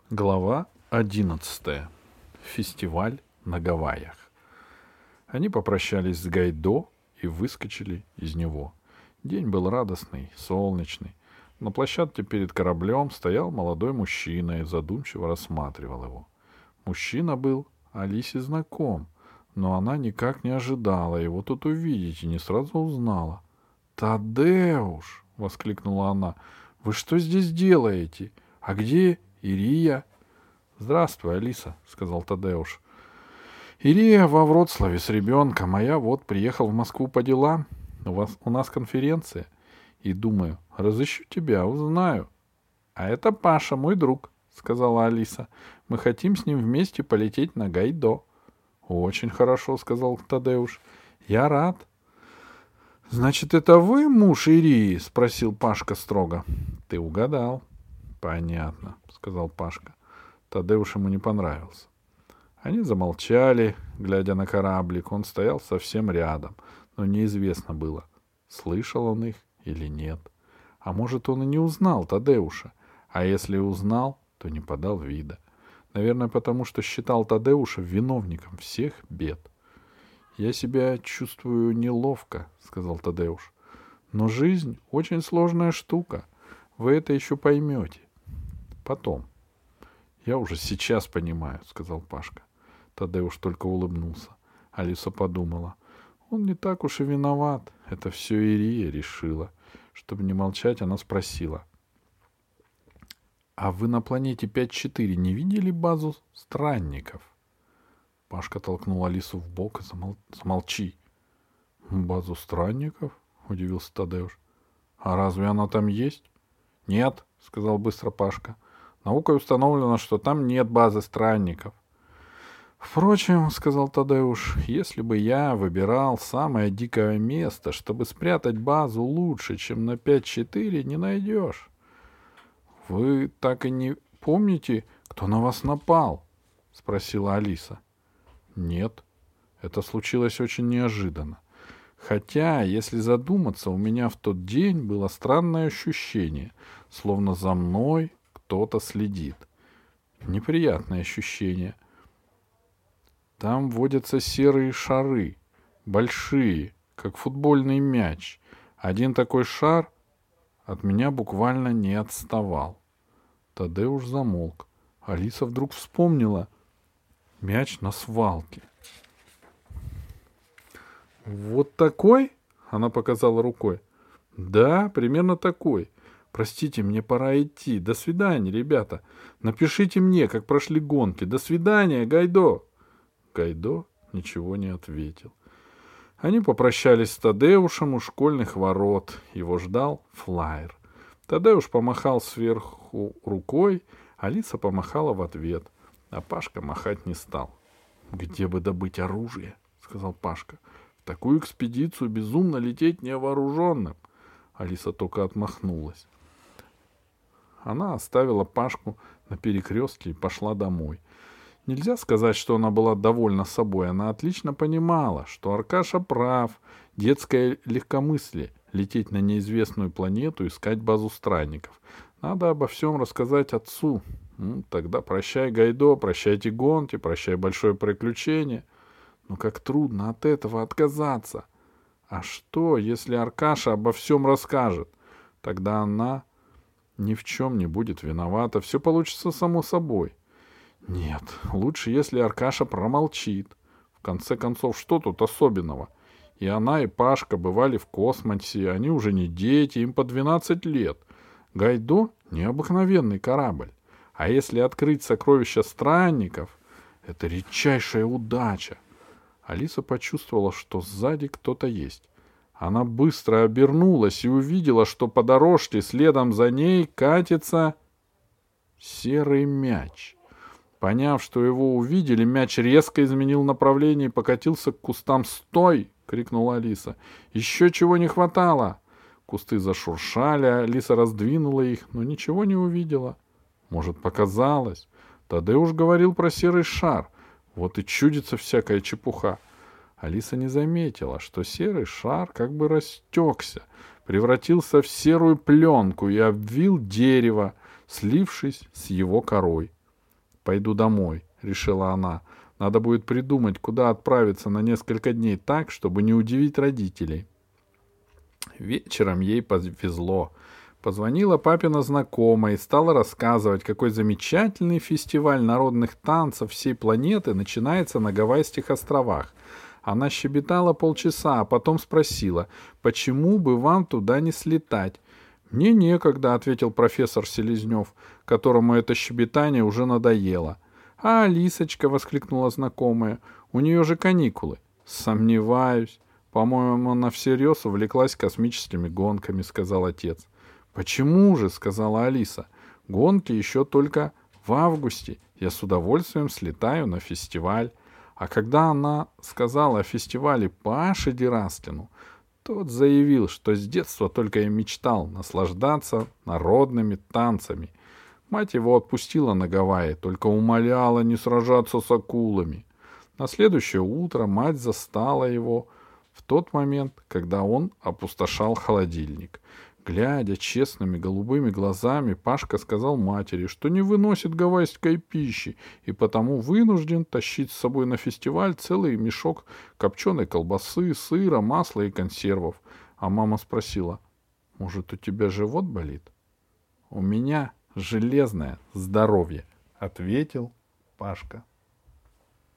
Глава 11. Фестиваль на Гавайях. Они попрощались с Гайдо и выскочили из него. День был радостный, солнечный. На площадке перед кораблем стоял молодой мужчина и задумчиво рассматривал его. Мужчина был Алисе знаком, но она никак не ожидала его тут увидеть и не сразу узнала. «Тадеуш!» — воскликнула она. «Вы что здесь делаете? А где Ирия?» «Здравствуй, Алиса», — сказал Тадеуш. «Ирия во Вроцлаве с ребенком, а я вот приехал в Москву по делам. У нас конференция. И думаю, разыщу тебя, узнаю». «А это Паша, мой друг», — сказала Алиса. «Мы хотим с ним вместе полететь на Гайдо». «Очень хорошо», — сказал Тадеуш. «Я рад». «Значит, это вы муж Ирии?» — спросил Пашка строго. «Ты угадал». «Понятно», — сказал Пашка. Тадеуш ему не понравился. Они замолчали, глядя на кораблик. Он стоял совсем рядом, но неизвестно было, слышал он их или нет. А может, он и не узнал Тадеуша, а если узнал, то не подал вида. Наверное, потому что считал Тадеуша виновником всех бед. «Я себя чувствую неловко», — сказал Тадеуш. «Но жизнь очень сложная штука. Вы это еще поймете. Потом». «Я уже сейчас понимаю», — сказал Пашка. Тадеуш только улыбнулся. Алиса подумала. Он не так уж и виноват. Это все Ирия решила. Чтобы не молчать, она спросила. «А вы на планете 5-4 не видели базу странников?» Пашка толкнул Алису в бок и замолчи. «Базу странников?» — удивился Тадеуш. «А разве она там есть?» «Нет», — сказал быстро Пашка. «Наукой установлено, что там нет базы странников». «Впрочем, — сказал Тадеуш, — если бы я выбирал самое дикое место, чтобы спрятать базу лучше, чем на 5-4, не найдешь». «Вы так и не помните, кто на вас напал?» — спросила Алиса. «Нет, это случилось очень неожиданно. Хотя, если задуматься, у меня в тот день было странное ощущение, словно за мной кто-то следит. Неприятное ощущение. Там водятся серые шары, большие, как футбольный мяч. Один такой шар от меня буквально не отставал». Тадеуш замолк. Алиса вдруг вспомнила мяч на свалке. «Вот такой?» — она показала рукой. «Да, примерно такой. Простите, мне пора идти. До свидания, ребята. Напишите мне, как прошли гонки. До свидания, Гайдо!» Гайдо ничего не ответил. Они попрощались с Тадеушем у школьных ворот. Его ждал флайер. Тадеуш помахал сверху рукой, Алиса помахала в ответ, а Пашка махать не стал. «Где бы добыть оружие?» — сказал Пашка. «В такую экспедицию безумно лететь невооруженным». Алиса только отмахнулась. Она оставила Пашку на перекрестке и пошла домой. Нельзя сказать, что она была довольна собой. Она отлично понимала, что Аркаша прав. Детское легкомыслие — лететь на неизвестную планету, искать базу странников. Надо обо всем рассказать отцу. Тогда прощай, Гайдо, прощайте гонки, прощай большое приключение. Но как трудно от этого отказаться. А что, если Аркаша обо всем расскажет? Тогда она ни в чем не будет виновата. Все получится само собой. Нет, лучше, если Аркаша промолчит. В конце концов, что тут особенного? И она, и Пашка бывали в космосе, они уже не дети, им по 12 лет. Гайдо — необыкновенный корабль. А если открыть сокровища странников, это редчайшая удача. Алиса почувствовала, что сзади кто-то есть. Она быстро обернулась и увидела, что по дорожке следом за ней катится серый мяч. Поняв, что его увидели, мяч резко изменил направление и покатился к кустам. «Стой!» — крикнула Алиса. «Еще чего не хватало!» Кусты зашуршали, Алиса раздвинула их, но ничего не увидела. Может, показалось? Тадеуш говорил про серый шар. Вот и чудится всякая чепуха. Алиса не заметила, что серый шар как бы растекся, превратился в серую пленку и обвил дерево, слившись с его корой. «Пойду домой», — решила она. «Надо будет придумать, куда отправиться на несколько дней так, чтобы не удивить родителей». Вечером ей повезло. Позвонила папина знакомая и стала рассказывать, какой замечательный фестиваль народных танцев всей планеты начинается на Гавайских островах. Она щебетала полчаса, а потом спросила, почему бы вам туда не слетать. «Мне некогда», — ответил профессор Селезнев, которому это щебетание уже надоело. «А Алисочка», — воскликнула знакомая, — «у нее же каникулы». «Сомневаюсь. По-моему, она всерьез увлеклась космическими гонками», — сказал отец. «Почему же?» — сказала Алиса. «Гонки еще только в августе. Я с удовольствием слетаю на фестиваль». А когда она сказала о фестивале Паше Дерастину, тот заявил, что с детства только и мечтал наслаждаться народными танцами. Мать его отпустила на Гавайи, только умоляла не сражаться с акулами. На следующее утро мать застала его в тот момент, когда он опустошал холодильник. Глядя честными голубыми глазами, Пашка сказал матери, что не выносит гавайской пищи и потому вынужден тащить с собой на фестиваль целый мешок копченой колбасы, сыра, масла и консервов. А мама спросила, «Может, у тебя живот болит?» «У меня железное здоровье», — ответил Пашка.